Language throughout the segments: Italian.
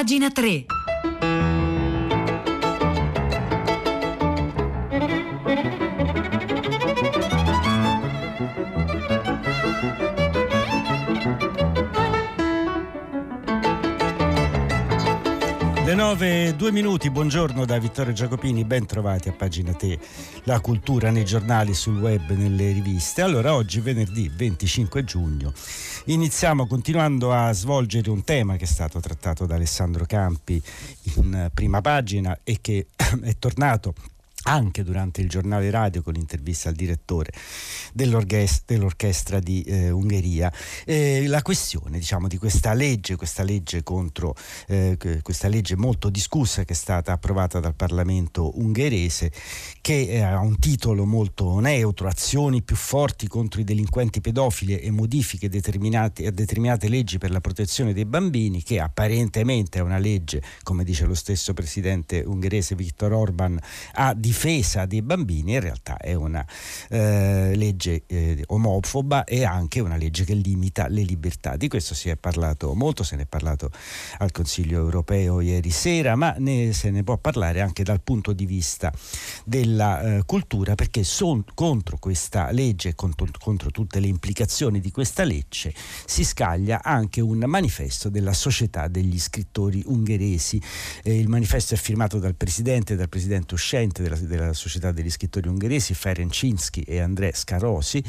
Pagina 3. Le 9:02, buongiorno da Vittorio Giacopini, ben trovati a Pagina 3, la cultura nei giornali, sul web, nelle riviste. Allora, oggi venerdì 25 giugno iniziamo continuando a svolgere un tema che è stato trattato da Alessandro Campi in prima pagina e che è tornato anche durante il giornale radio con l'intervista al direttore dell'orchestra di Ungheria, la questione, diciamo, di questa legge contro questa legge molto discussa che è stata approvata dal Parlamento ungherese, che ha un titolo molto neutro: azioni più forti contro i delinquenti pedofili e modifiche a determinate leggi per la protezione dei bambini, che apparentemente è una legge, come dice lo stesso presidente ungherese Viktor Orban, a difesa dei bambini. In realtà è una legge omofoba e anche una legge che limita le libertà. Di questo si è parlato molto, se ne è parlato al Consiglio europeo ieri sera, ma se ne può parlare anche dal punto di vista della cultura, perché contro questa legge, contro tutte le implicazioni di questa legge, si scaglia anche un manifesto della Società degli scrittori ungheresi. Il manifesto è firmato dal presidente uscente della Società degli scrittori ungheresi, Ferenc Cinski e André Scarosi,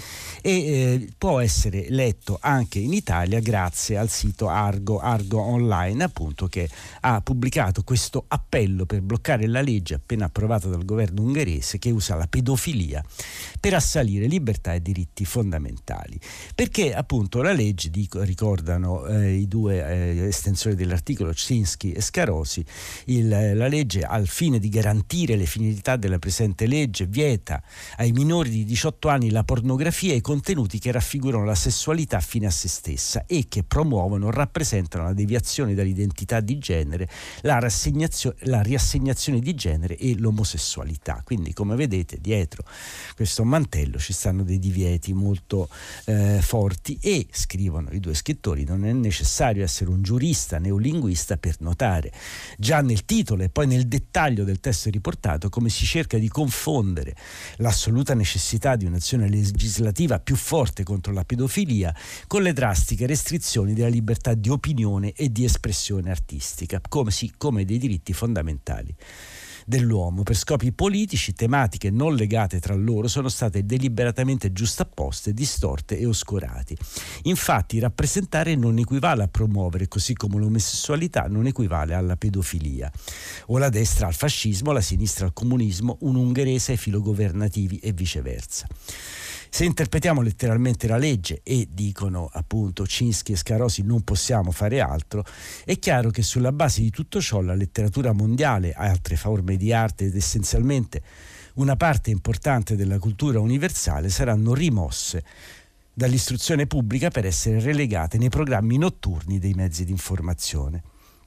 e può essere letto anche in Italia grazie al sito Argo Online, appunto, che ha pubblicato questo appello per bloccare la legge appena approvata dal governo ungherese, che usa la pedofilia per assalire libertà e diritti fondamentali. Perché appunto la legge, ricordano i due estensori dell'articolo, Cinski e Scarosi, la legge, al fine di garantire le finalità della presente legge, vieta ai minori di 18 anni la pornografia e i contenuti che raffigurano la sessualità fine a se stessa e che promuovono o rappresentano la deviazione dall'identità di genere, la riassegnazione di genere e l'omosessualità. Quindi, come vedete, dietro questo mantello ci stanno dei divieti molto forti, e scrivono i due scrittori: non è necessario essere un giurista né un linguista per notare già nel titolo e poi nel dettaglio del testo riportato come si cerca di confondere l'assoluta necessità di un'azione legislativa più forte contro la pedofilia con le drastiche restrizioni della libertà di opinione e di espressione artistica, come dei diritti fondamentali dell'uomo. Per scopi politici, tematiche non legate tra loro sono state deliberatamente giustapposte, distorte e oscurate. Infatti, rappresentare non equivale a promuovere, così come l'omosessualità non equivale alla pedofilia, o la destra al fascismo, la sinistra al comunismo, un ungherese ai filogovernativi e viceversa. Se interpretiamo letteralmente la legge, e dicono appunto Cinski e Scarosi non possiamo fare altro, è chiaro che sulla base di tutto ciò la letteratura mondiale, altre forme di arte ed essenzialmente una parte importante della cultura universale saranno rimosse dall'istruzione pubblica per essere relegate nei programmi notturni dei mezzi di informazione.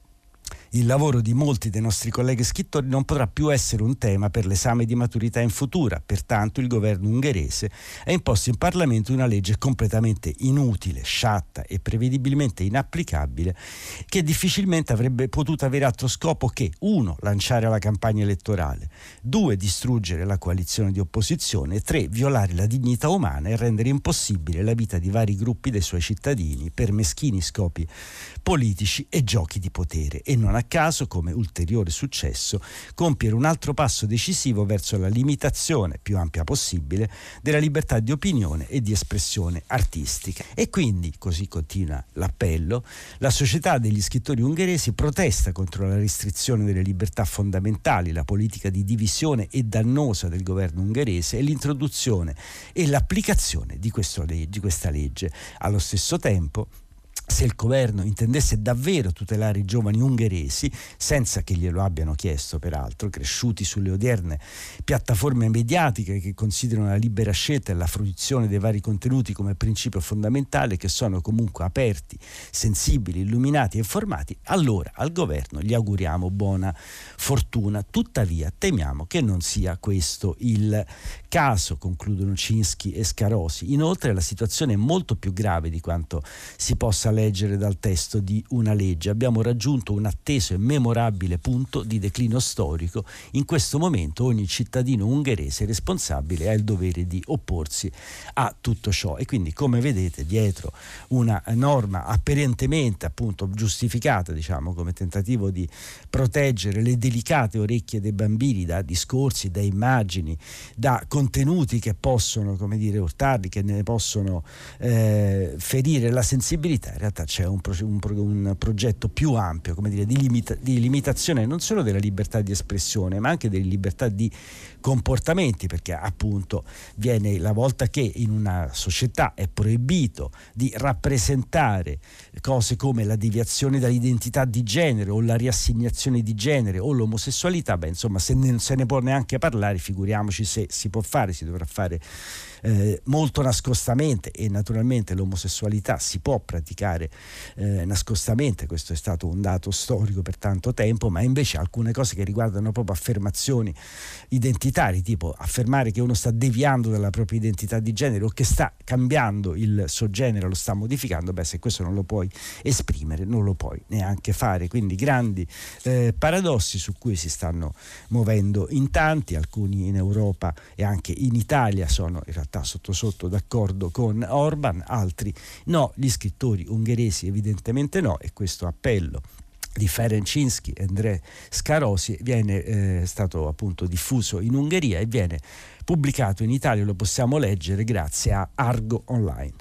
Il lavoro di molti dei nostri colleghi scrittori non potrà più essere un tema per l'esame di maturità in futura, pertanto il governo ungherese ha imposto in Parlamento una legge completamente inutile, sciatta e prevedibilmente inapplicabile, che difficilmente avrebbe potuto avere altro scopo che: 1. Lanciare la campagna elettorale, 2. Distruggere la coalizione di opposizione, 3. Violare la dignità umana e rendere impossibile la vita di vari gruppi dei suoi cittadini per meschini scopi politici e giochi di potere, e non a caso, come ulteriore successo, compiere un altro passo decisivo verso la limitazione più ampia possibile della libertà di opinione e di espressione artistica. E quindi, così continua l'appello, la Società degli scrittori ungheresi protesta contro la restrizione delle libertà fondamentali, la politica di divisione e dannosa del governo ungherese e l'introduzione e l'applicazione di questa legge. Allo stesso tempo, se il governo intendesse davvero tutelare i giovani ungheresi, senza che glielo abbiano chiesto peraltro, cresciuti sulle odierne piattaforme mediatiche che considerano la libera scelta e la fruizione dei vari contenuti come principio fondamentale, che sono comunque aperti, sensibili, illuminati e informati, allora al governo gli auguriamo buona fortuna. Tuttavia temiamo che non sia questo il caso, concludono Cinski e Scarosi. Inoltre la situazione è molto più grave di quanto si possa leggere dal testo di una legge. Abbiamo raggiunto un atteso e memorabile punto di declino storico. In questo momento ogni cittadino ungherese responsabile ha il dovere di opporsi a tutto ciò. E quindi, come vedete, dietro una norma apparentemente appunto giustificata, diciamo, come tentativo di proteggere le delicate orecchie dei bambini da discorsi, da immagini, da contenuti che possono, come dire, urtarli, che ne possono ferire la sensibilità, in realtà c'è un progetto più ampio, come dire, di limitazione non solo della libertà di espressione, ma anche della libertà di comportamenti, perché appunto viene la volta che in una società è proibito di rappresentare cose come la deviazione dall'identità di genere o la riassegnazione di genere o l'omosessualità, beh, insomma, se non se ne può neanche parlare, figuriamoci se si può fare, si dovrà fare molto nascostamente, e naturalmente l'omosessualità si può praticare nascostamente, questo è stato un dato storico per tanto tempo, ma invece alcune cose che riguardano proprio affermazioni identitarie, tipo affermare che uno sta deviando dalla propria identità di genere o che sta cambiando il suo genere, lo sta modificando, beh, se questo non lo puoi esprimere non lo puoi neanche fare. Quindi grandi paradossi su cui si stanno muovendo in tanti, alcuni in Europa e anche in Italia sono in realtà sotto sotto d'accordo con Orban, altri no, gli scrittori ungheresi evidentemente no, e questo appello di Ferenc Cinski e André Scarosi viene stato appunto diffuso in Ungheria e viene pubblicato in Italia, lo possiamo leggere grazie a Argo Online.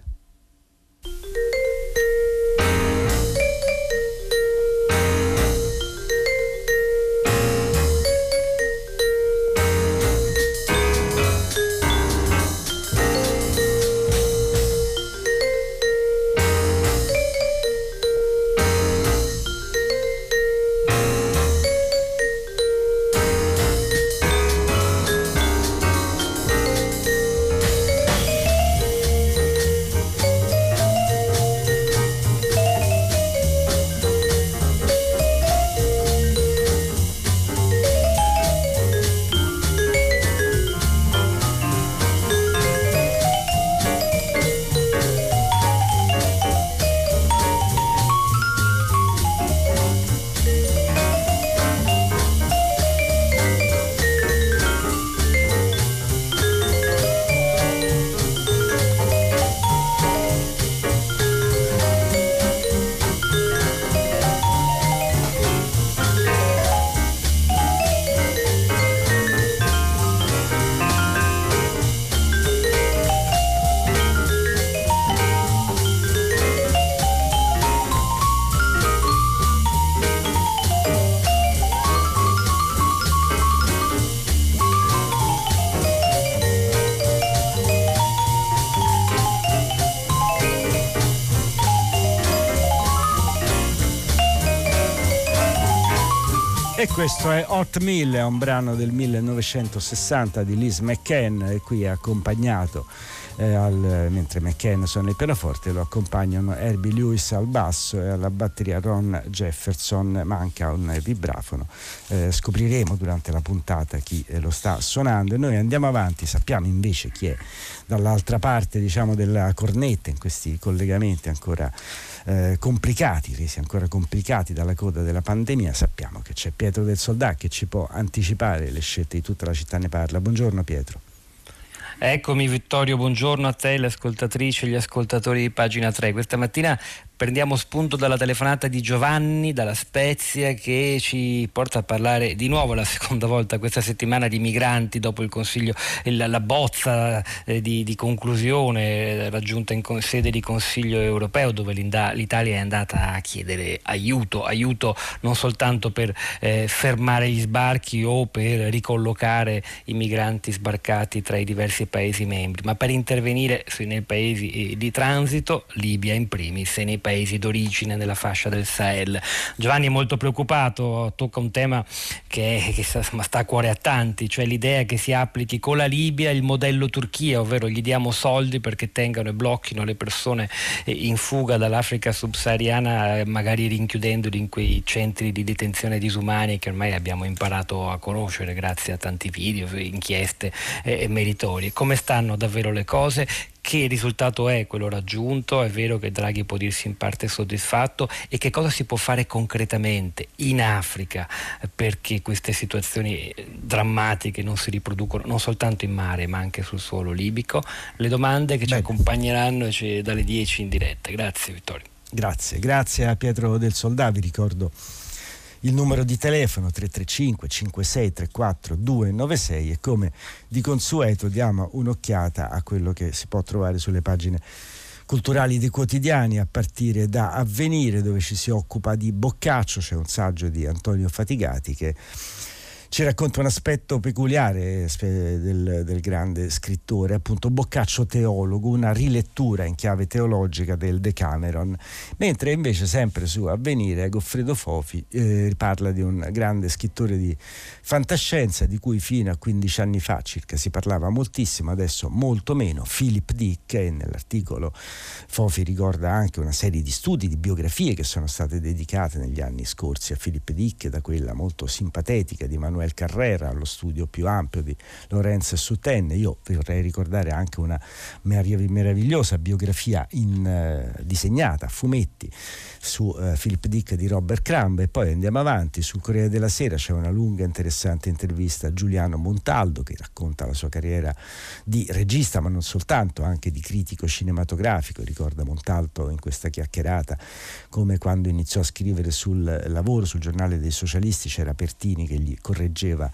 E questo è Hot Mill, è un brano del 1960 di Liz McCann, e qui è accompagnato mentre McCann suona il pianoforte, lo accompagnano Herbie Lewis al basso e alla batteria Ron Jefferson, manca un vibrafono, scopriremo durante la puntata chi lo sta suonando e noi andiamo avanti. Sappiamo invece chi è dall'altra parte, diciamo, della cornetta in questi collegamenti ancora complicati, resi ancora complicati dalla coda della pandemia. Sappiamo che c'è Pietro del Soldà che ci può anticipare le scelte di Tutta la città ne parla. Buongiorno Pietro. Eccomi Vittorio, buongiorno a te, le ascoltatrici e gli ascoltatori di Pagina 3. Questa mattina prendiamo spunto dalla telefonata di Giovanni dalla Spezia, che ci porta a parlare di nuovo la seconda volta questa settimana di migranti dopo il Consiglio, la bozza di conclusione raggiunta in sede di Consiglio europeo, dove l'Italia è andata a chiedere aiuto non soltanto per fermare gli sbarchi o per ricollocare i migranti sbarcati tra i diversi Paesi membri, ma per intervenire nei paesi di transito, Libia in primis, e nei paesi d'origine nella fascia del Sahel. Giovanni è molto preoccupato, tocca un tema che sta a cuore a tanti, cioè l'idea che si applichi con la Libia il modello Turchia, ovvero gli diamo soldi perché tengano e blocchino le persone in fuga dall'Africa subsahariana, magari rinchiudendoli in quei centri di detenzione disumani che ormai abbiamo imparato a conoscere grazie a tanti video, inchieste meritorie. Come stanno davvero le cose? Che risultato è quello raggiunto? È vero che Draghi può dirsi in parte soddisfatto, e che cosa si può fare concretamente in Africa perché queste situazioni drammatiche non si riproducono non soltanto in mare ma anche sul suolo libico? Le domande che ci accompagneranno dalle 10 in diretta. Grazie Vittorio. Grazie a Pietro del Soldà. Vi ricordo il numero di telefono 335 5634 296 e come di consueto diamo un'occhiata a quello che si può trovare sulle pagine culturali dei quotidiani, a partire da Avvenire, dove ci si occupa di Boccaccio. C'è un saggio di Antonio Fatigati che ci racconta un aspetto peculiare del grande scrittore, appunto Boccaccio teologo, una rilettura in chiave teologica del Decameron, mentre invece sempre su Avvenire Goffredo Fofi parla di un grande scrittore di fantascienza di cui fino a 15 anni fa circa si parlava moltissimo, adesso molto meno, Philip Dick, e nell'articolo Fofi ricorda anche una serie di studi, di biografie che sono state dedicate negli anni scorsi a Philip Dick, da quella molto simpatetica di Manuel Carrera allo studio più ampio di Lorenzo e Suttenne. Io vorrei ricordare anche una meravigliosa biografia disegnata a fumetti su Philip Dick di Robert Crumb. E poi andiamo avanti, sul Corriere della Sera c'è una lunga e interessante intervista a Giuliano Montaldo che racconta la sua carriera di regista, ma non soltanto, anche di critico cinematografico. Ricorda Montaldo in questa chiacchierata come quando iniziò a scrivere sul Lavoro, sul giornale dei socialisti, c'era Pertini che gli correggeva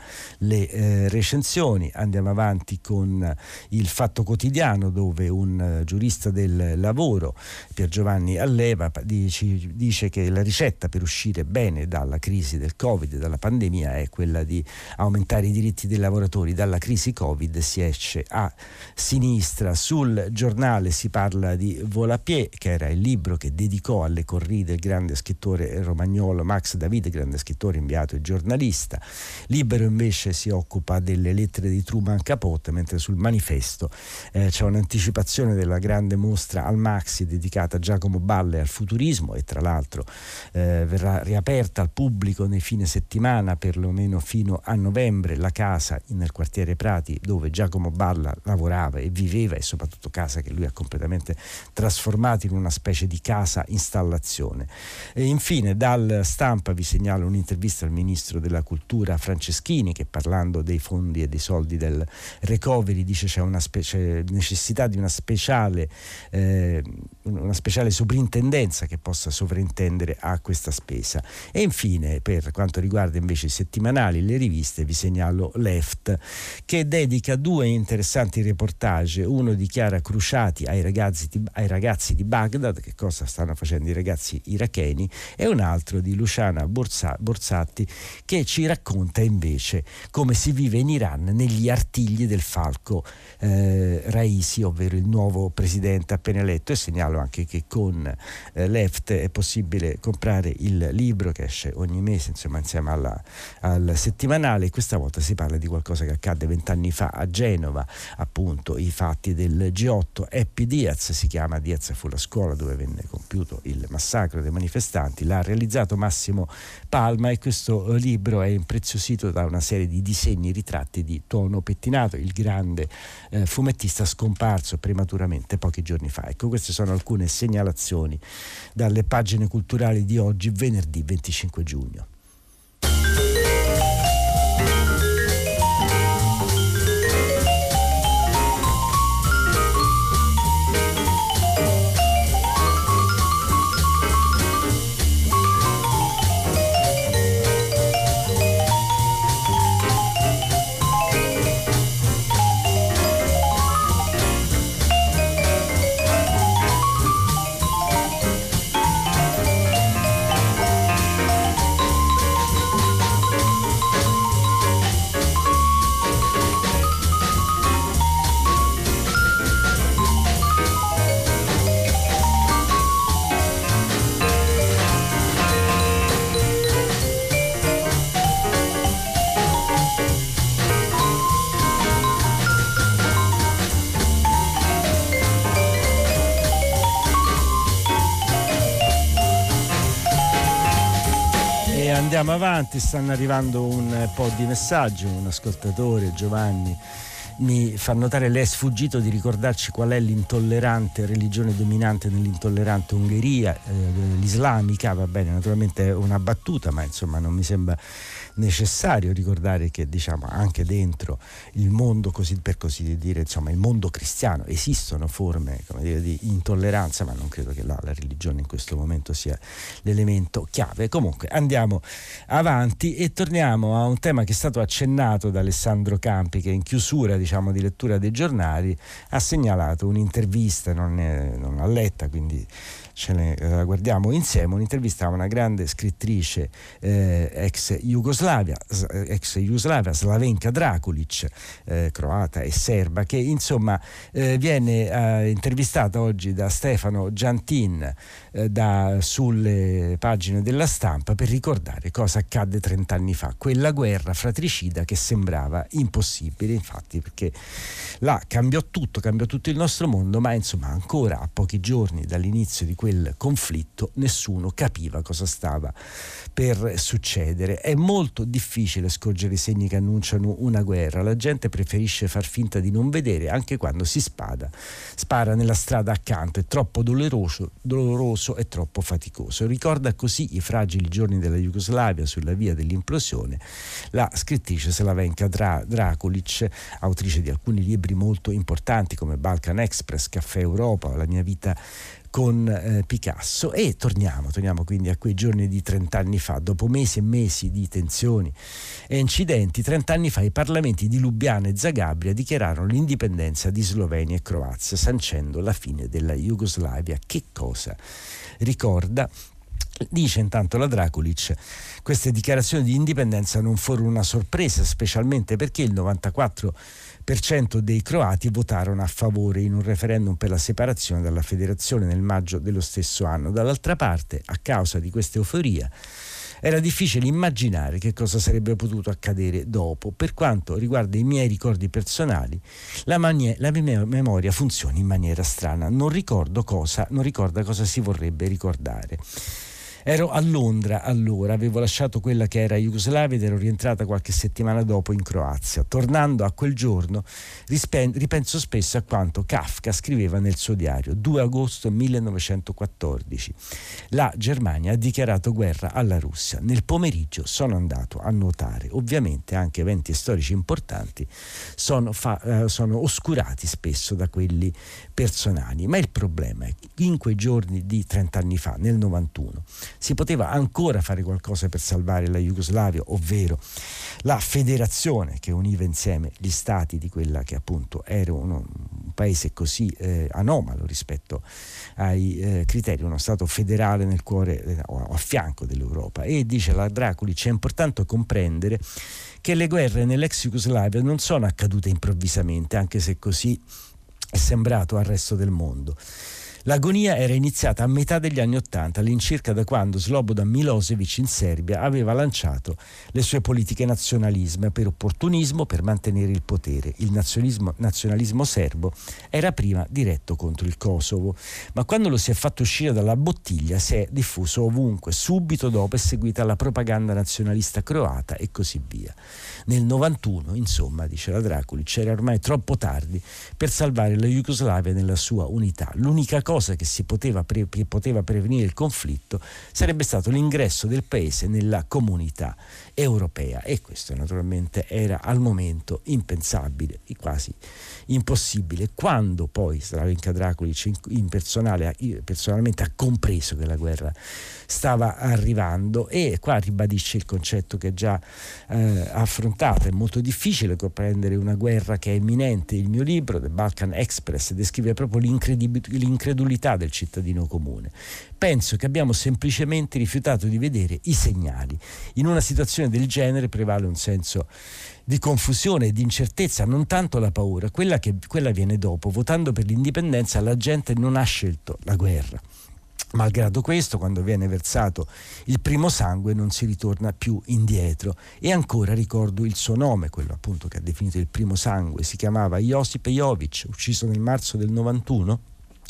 le recensioni. Andiamo avanti con il Fatto Quotidiano, dove un giurista del lavoro, Pier Giovanni Alleva, dice che la ricetta per uscire bene dalla crisi del Covid, dalla pandemia, è quella di aumentare i diritti dei lavoratori. Dalla crisi Covid si esce a sinistra. Sul Giornale si parla di Volapé, che era il libro che dedicò alle corride del grande scrittore romagnolo Max David, grande scrittore, inviato e giornalista. Libero invece si occupa delle lettere di Truman Capote, mentre sul Manifesto c'è un'anticipazione della grande mostra al Maxi dedicata a Giacomo Balla e al futurismo, e tra l'altro verrà riaperta al pubblico nei fine settimana, perlomeno fino a novembre, la casa nel quartiere Prati dove Giacomo Balla lavorava e viveva, e soprattutto casa che lui ha completamente trasformato in una specie di casa installazione. E infine dal Stampa vi segnalo un'intervista al ministro della cultura Franceschini, che parlando dei fondi e dei soldi del recovery dice c'è una necessità di una speciale soprintendenza che possa sovrintendere a questa spesa. E infine, per quanto riguarda invece i settimanali, le riviste, vi segnalo Left, che dedica due interessanti reportage, uno di Chiara Cruciati ai ragazzi di Baghdad, che cosa stanno facendo i ragazzi iracheni, e un altro di Luciana Borsatti, che ci racconta invece come si vive in Iran negli artigli del falco Raisi, ovvero il nuovo presidente appena eletto. E segnalo anche che con Left è possibile comprare il libro che esce ogni mese, insomma, insieme al settimanale. Questa volta si parla di qualcosa che accadde 20 anni fa a Genova, appunto i fatti del G8. Happy Diaz si chiama, Diaz fu la scuola dove venne compiuto il massacro dei manifestanti, l'ha realizzato Massimo Palma, e questo libro è impreziosito da una serie di disegni, ritratti di Tono Pettinato, il grande fumettista scomparso prematuramente pochi giorni fa. Ecco, queste sono alcune segnalazioni dalle pagine culturali di oggi, venerdì 25 giugno. andiamo avanti, stanno arrivando un po' di messaggi. Un ascoltatore, Giovanni, mi fa notare: lei è sfuggito di ricordarci qual è l'intollerante religione dominante nell'intollerante Ungheria, l'islamica. Va bene, naturalmente è una battuta, ma insomma non mi sembra necessario ricordare che, diciamo, anche dentro il mondo, così per così dire, insomma, il mondo cristiano, esistono forme, come dire, di intolleranza, ma non credo che la religione in questo momento sia l'elemento chiave. Comunque andiamo avanti e torniamo a un tema che è stato accennato da Alessandro Campi, che in chiusura, diciamo, di lettura dei giornali ha segnalato un'intervista, non l'ha letta, quindi la guardiamo insieme, un'intervista a una grande scrittrice ex Jugoslavia, Slavenka Drakulic, croata e serba, che insomma viene intervistata oggi da Stefano Giantin sulle pagine della Stampa, per ricordare cosa accadde 30 anni fa, quella guerra fratricida che sembrava impossibile, infatti, perché là cambiò tutto il nostro mondo, ma insomma ancora a pochi giorni dall'inizio di quel conflitto nessuno capiva cosa stava per succedere. È molto difficile scorgere i segni che annunciano una guerra, la gente preferisce far finta di non vedere anche quando si spara nella strada accanto, è troppo doloroso e troppo faticoso. Ricorda così i fragili giorni della Jugoslavia sulla via dell'implosione la scrittrice Slavenka Drakulic, autrice di alcuni libri molto importanti come Balkan Express, Caffè Europa o La mia vita con Picasso. E torniamo quindi a quei giorni di 30 anni fa, dopo mesi e mesi di tensioni e incidenti. 30 anni fa i parlamenti di Lubiana e Zagabria dichiararono l'indipendenza di Slovenia e Croazia, sancendo la fine della Jugoslavia. Che cosa ricorda? Dice intanto la Drakulic: queste dichiarazioni di indipendenza non furono una sorpresa, specialmente perché il 94% dei croati votarono a favore in un referendum per la separazione dalla federazione nel maggio dello stesso anno. Dall'altra parte, a causa di questa euforia, era difficile immaginare che cosa sarebbe potuto accadere dopo. Per quanto riguarda i miei ricordi personali, la mia memoria funziona in maniera strana. Non ricorda cosa si vorrebbe ricordare. Ero a Londra allora, avevo lasciato quella che era Jugoslavia ed ero rientrata qualche settimana dopo in Croazia. Tornando a quel giorno, ripenso spesso a quanto Kafka scriveva nel suo diario: 2 agosto 1914. La Germania ha dichiarato guerra alla Russia. Nel pomeriggio sono andato a nuotare. Ovviamente anche eventi storici importanti sono oscurati spesso da quelli personali, ma il problema è che in quei giorni di 30 anni fa, nel 91, si poteva ancora fare qualcosa per salvare la Jugoslavia, ovvero la federazione che univa insieme gli stati di quella che appunto era un paese così anomalo rispetto ai criteri, uno stato federale nel cuore o a fianco dell'Europa. E dice la Drakulic: è importante comprendere che le guerre nell'ex Jugoslavia non sono accadute improvvisamente, anche se così è sembrato al resto del mondo. L'agonia era iniziata a metà degli anni '80, all'incirca da quando Slobodan Milosevic in Serbia aveva lanciato le sue politiche nazionalismo per opportunismo, per mantenere il potere. Il nazionalismo serbo era prima diretto contro il Kosovo, ma quando lo si è fatto uscire dalla bottiglia si è diffuso ovunque. Subito dopo è seguita la propaganda nazionalista croata e così via. Nel 91, insomma, dice la Drakulic, era ormai troppo tardi per salvare la Jugoslavia nella sua unità. L'unica cosa che poteva prevenire il conflitto sarebbe stato l'ingresso del paese nella comunità europea, e questo naturalmente era al momento impensabile e quasi impossibile. Quando poi Slavenka Drakulic personalmente ha compreso che la guerra stava arrivando, e qua ribadisce il concetto che già affrontato: è molto difficile comprendere una guerra che è imminente. Il mio libro, The Balkan Express, descrive proprio l'incredulità del cittadino comune. Penso che abbiamo semplicemente rifiutato di vedere i segnali. In una situazione del genere prevale un senso di confusione e di incertezza, non tanto la paura, quella viene dopo. Votando per l'indipendenza la gente non ha scelto la guerra. Malgrado questo, quando viene versato il primo sangue non si ritorna più indietro. E ancora ricordo il suo nome, quello appunto che ha definito il primo sangue. Si chiamava Josip Jovic, ucciso nel marzo del 91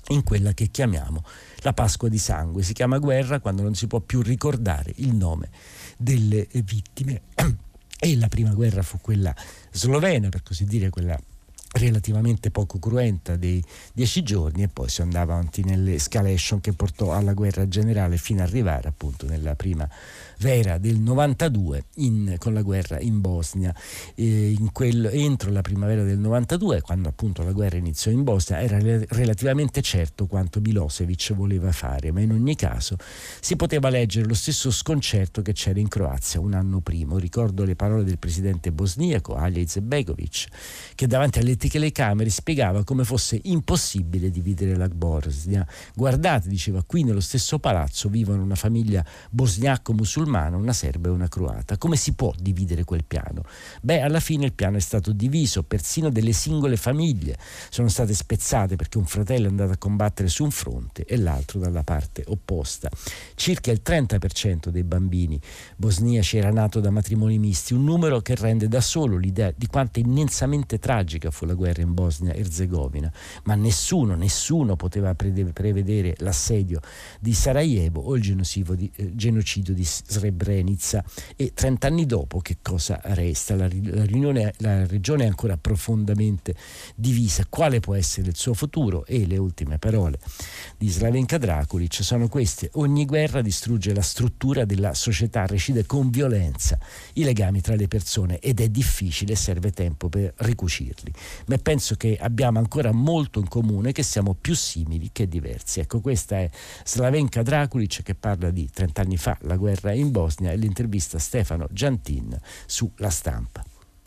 in quella che chiamiamo la Pasqua di sangue. Si chiama guerra quando non si può più ricordare il nome delle vittime. E la prima guerra fu quella slovena, per così dire, quella relativamente poco cruenta dei 10 giorni, e poi si andava avanti nell'escalation che portò alla guerra generale fino ad arrivare appunto nella prima vera del 92 con la guerra in Bosnia. Entro la primavera del 92, quando appunto la guerra iniziò in Bosnia, era relativamente certo quanto Milosevic voleva fare, ma in ogni caso si poteva leggere lo stesso sconcerto che c'era in Croazia un anno prima. Ricordo le parole del presidente bosniaco Alija Izetbegovic, che davanti alle telecamere spiegava come fosse impossibile dividere la Bosnia. Guardate, diceva, qui nello stesso palazzo vivono una famiglia bosniaco-musulmana, una serba e una croata. Come si può dividere quel piano? Beh, alla fine il piano è stato diviso, persino delle singole famiglie sono state spezzate perché un fratello è andato a combattere su un fronte e l'altro dalla parte opposta. Circa il 30% dei bambini bosniaci era nato da matrimoni misti, un numero che rende da solo l'idea di quanto immensamente tragica fu la guerra in Bosnia-Erzegovina, ma nessuno poteva prevedere l'assedio di Sarajevo o il genocidio di Srebrenica. E 30 anni dopo che cosa resta? La regione è ancora profondamente divisa. Quale può essere il suo futuro? E le ultime parole di Slavenka Drakulic sono queste: ogni guerra distrugge la struttura della società, recide con violenza i legami tra le persone ed è difficile, serve tempo per ricucirli. Ma penso che abbiamo ancora molto in comune, che siamo più simili che diversi. Ecco, questa è Slavenka Drakulic che parla di 30 anni fa, la guerra in Bosnia, e l'intervista a Stefano Giantin su La Stampa.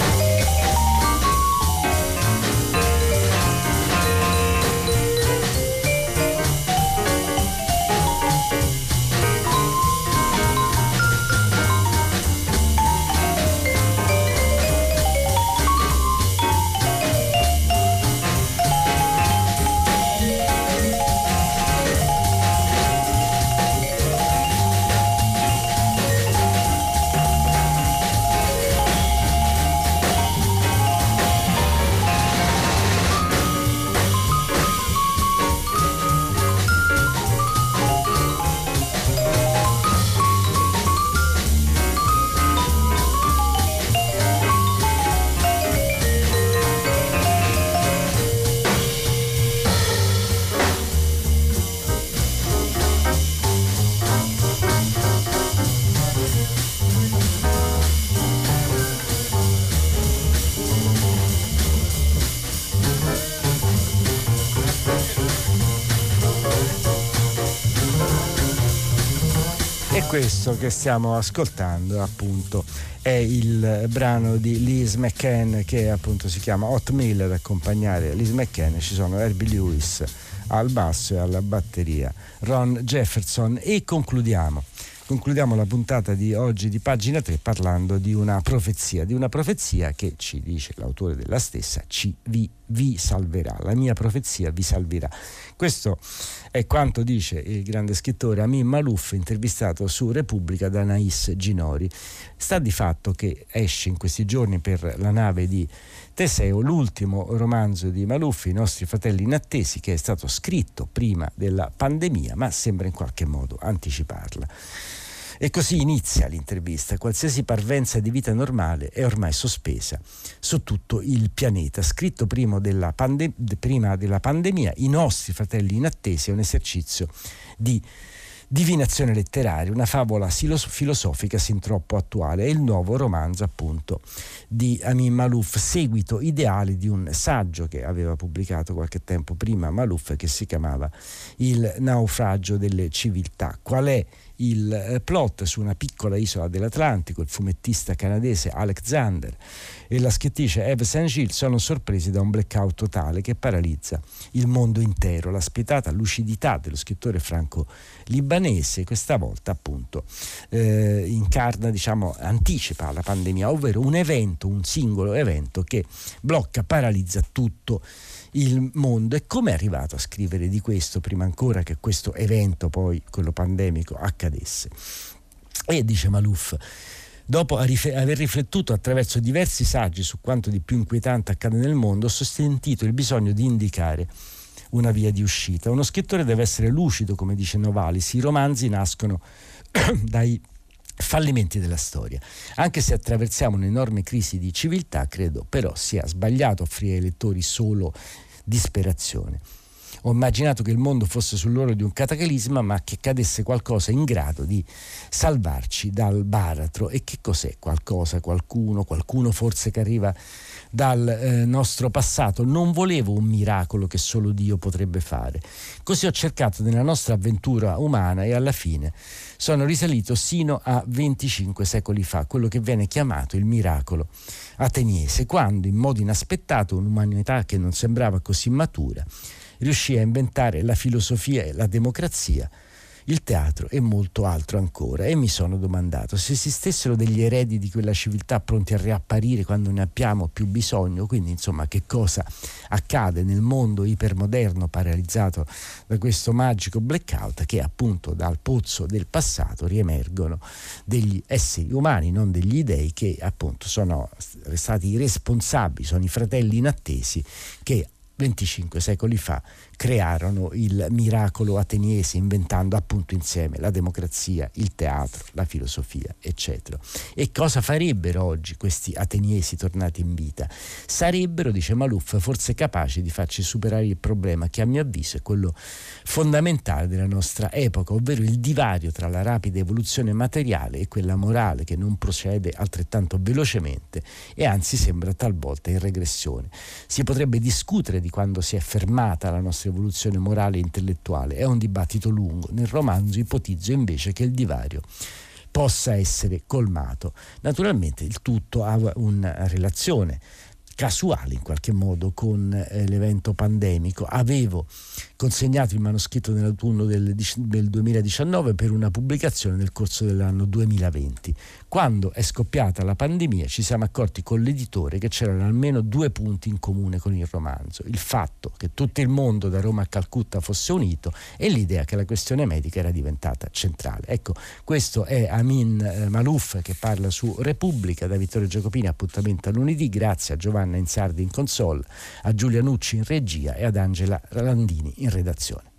Questo che stiamo ascoltando appunto è il brano di Liz McCann, che appunto si chiama Hot Mill. Ad accompagnare Liz McCann ci sono Herbie Lewis al basso e alla batteria, Ron Jefferson. E concludiamo la puntata di oggi di Pagina 3 parlando di una profezia che, ci dice l'autore della stessa, vi salverà. La mia profezia vi salverà. Questo è quanto dice il grande scrittore Amin Maalouf, intervistato su Repubblica da Anais Ginori. Sta di fatto che esce in questi giorni per la nave di Teseo l'ultimo romanzo di Maalouf, I nostri fratelli inattesi, che è stato scritto prima della pandemia, ma sembra in qualche modo anticiparla. E così inizia l'intervista. Qualsiasi parvenza di vita normale è ormai sospesa su tutto il pianeta. Scritto prima della pandemia, I nostri fratelli inattesi è un esercizio di divinazione letteraria, una favola filosofica sin troppo attuale. È il nuovo romanzo appunto di Amin Maalouf, seguito ideale di un saggio che aveva pubblicato qualche tempo prima Maalouf, che si chiamava Il naufragio delle civiltà. Qual è il plot? Su una piccola isola dell'Atlantico il fumettista canadese Alex Zander e la scrittrice Eve St. Gilles sono sorpresi da un blackout totale che paralizza il mondo intero. La spietata lucidità dello scrittore franco-libanese questa volta appunto incarna, anticipa la pandemia, ovvero un singolo evento che blocca, paralizza tutto il mondo. E come è arrivato a scrivere di questo prima ancora che questo evento, poi quello pandemico, accadesse? E dice Maalouf: dopo aver riflettuto attraverso diversi saggi su quanto di più inquietante accade nel mondo, ho sentito il bisogno di indicare una via di uscita. Uno scrittore deve essere lucido, come dice Novalis. I romanzi nascono dai fallimenti della storia. Anche se attraversiamo un'enorme crisi di civiltà, credo però sia sbagliato offrire ai lettori solo disperazione. Ho immaginato che il mondo fosse sull'orlo di un cataclisma, ma che cadesse qualcosa in grado di salvarci dal baratro. E che cos'è qualcosa, qualcuno forse che arriva dal nostro passato? Non volevo un miracolo che solo Dio potrebbe fare. Così ho cercato nella nostra avventura umana e alla fine sono risalito sino a 25 secoli fa, quello che viene chiamato il miracolo ateniese, quando in modo inaspettato un'umanità che non sembrava così matura riuscì a inventare la filosofia e la democrazia, il teatro e molto altro ancora. E mi sono domandato se esistessero degli eredi di quella civiltà pronti a riapparire quando ne abbiamo più bisogno. Quindi insomma, che cosa accade nel mondo ipermoderno paralizzato da questo magico blackout, che appunto dal pozzo del passato riemergono degli esseri umani, non degli dei, che appunto sono stati i responsabili, sono i fratelli inattesi che 25 secoli fa crearono il miracolo ateniese, inventando appunto insieme la democrazia, il teatro, la filosofia, eccetera. E cosa farebbero oggi questi ateniesi tornati in vita? Sarebbero, dice Malouf, forse capaci di farci superare il problema che a mio avviso è quello fondamentale della nostra epoca, ovvero il divario tra la rapida evoluzione materiale e quella morale, che non procede altrettanto velocemente e anzi sembra talvolta in regressione. Si potrebbe discutere di quando si è fermata la nostra evoluzione morale e intellettuale. È un dibattito lungo. Nel romanzo ipotizzo invece che il divario possa essere colmato. Naturalmente il tutto ha una relazione casuale in qualche modo con l'evento pandemico. Avevo consegnato il manoscritto nell'autunno del 2019 per una pubblicazione nel corso dell'anno 2020. Quando è scoppiata la pandemia ci siamo accorti con l'editore che c'erano almeno 2 punti in comune con il romanzo: il fatto che tutto il mondo da Roma a Calcutta fosse unito e l'idea che la questione medica era diventata centrale. Ecco, questo è Amin Malouf che parla su Repubblica. Da Vittorio Giacopini, appuntamento a lunedì. Grazie a Giovanna Insardi in console, a Giulia Nucci in regia e ad Angela Landini in redazione.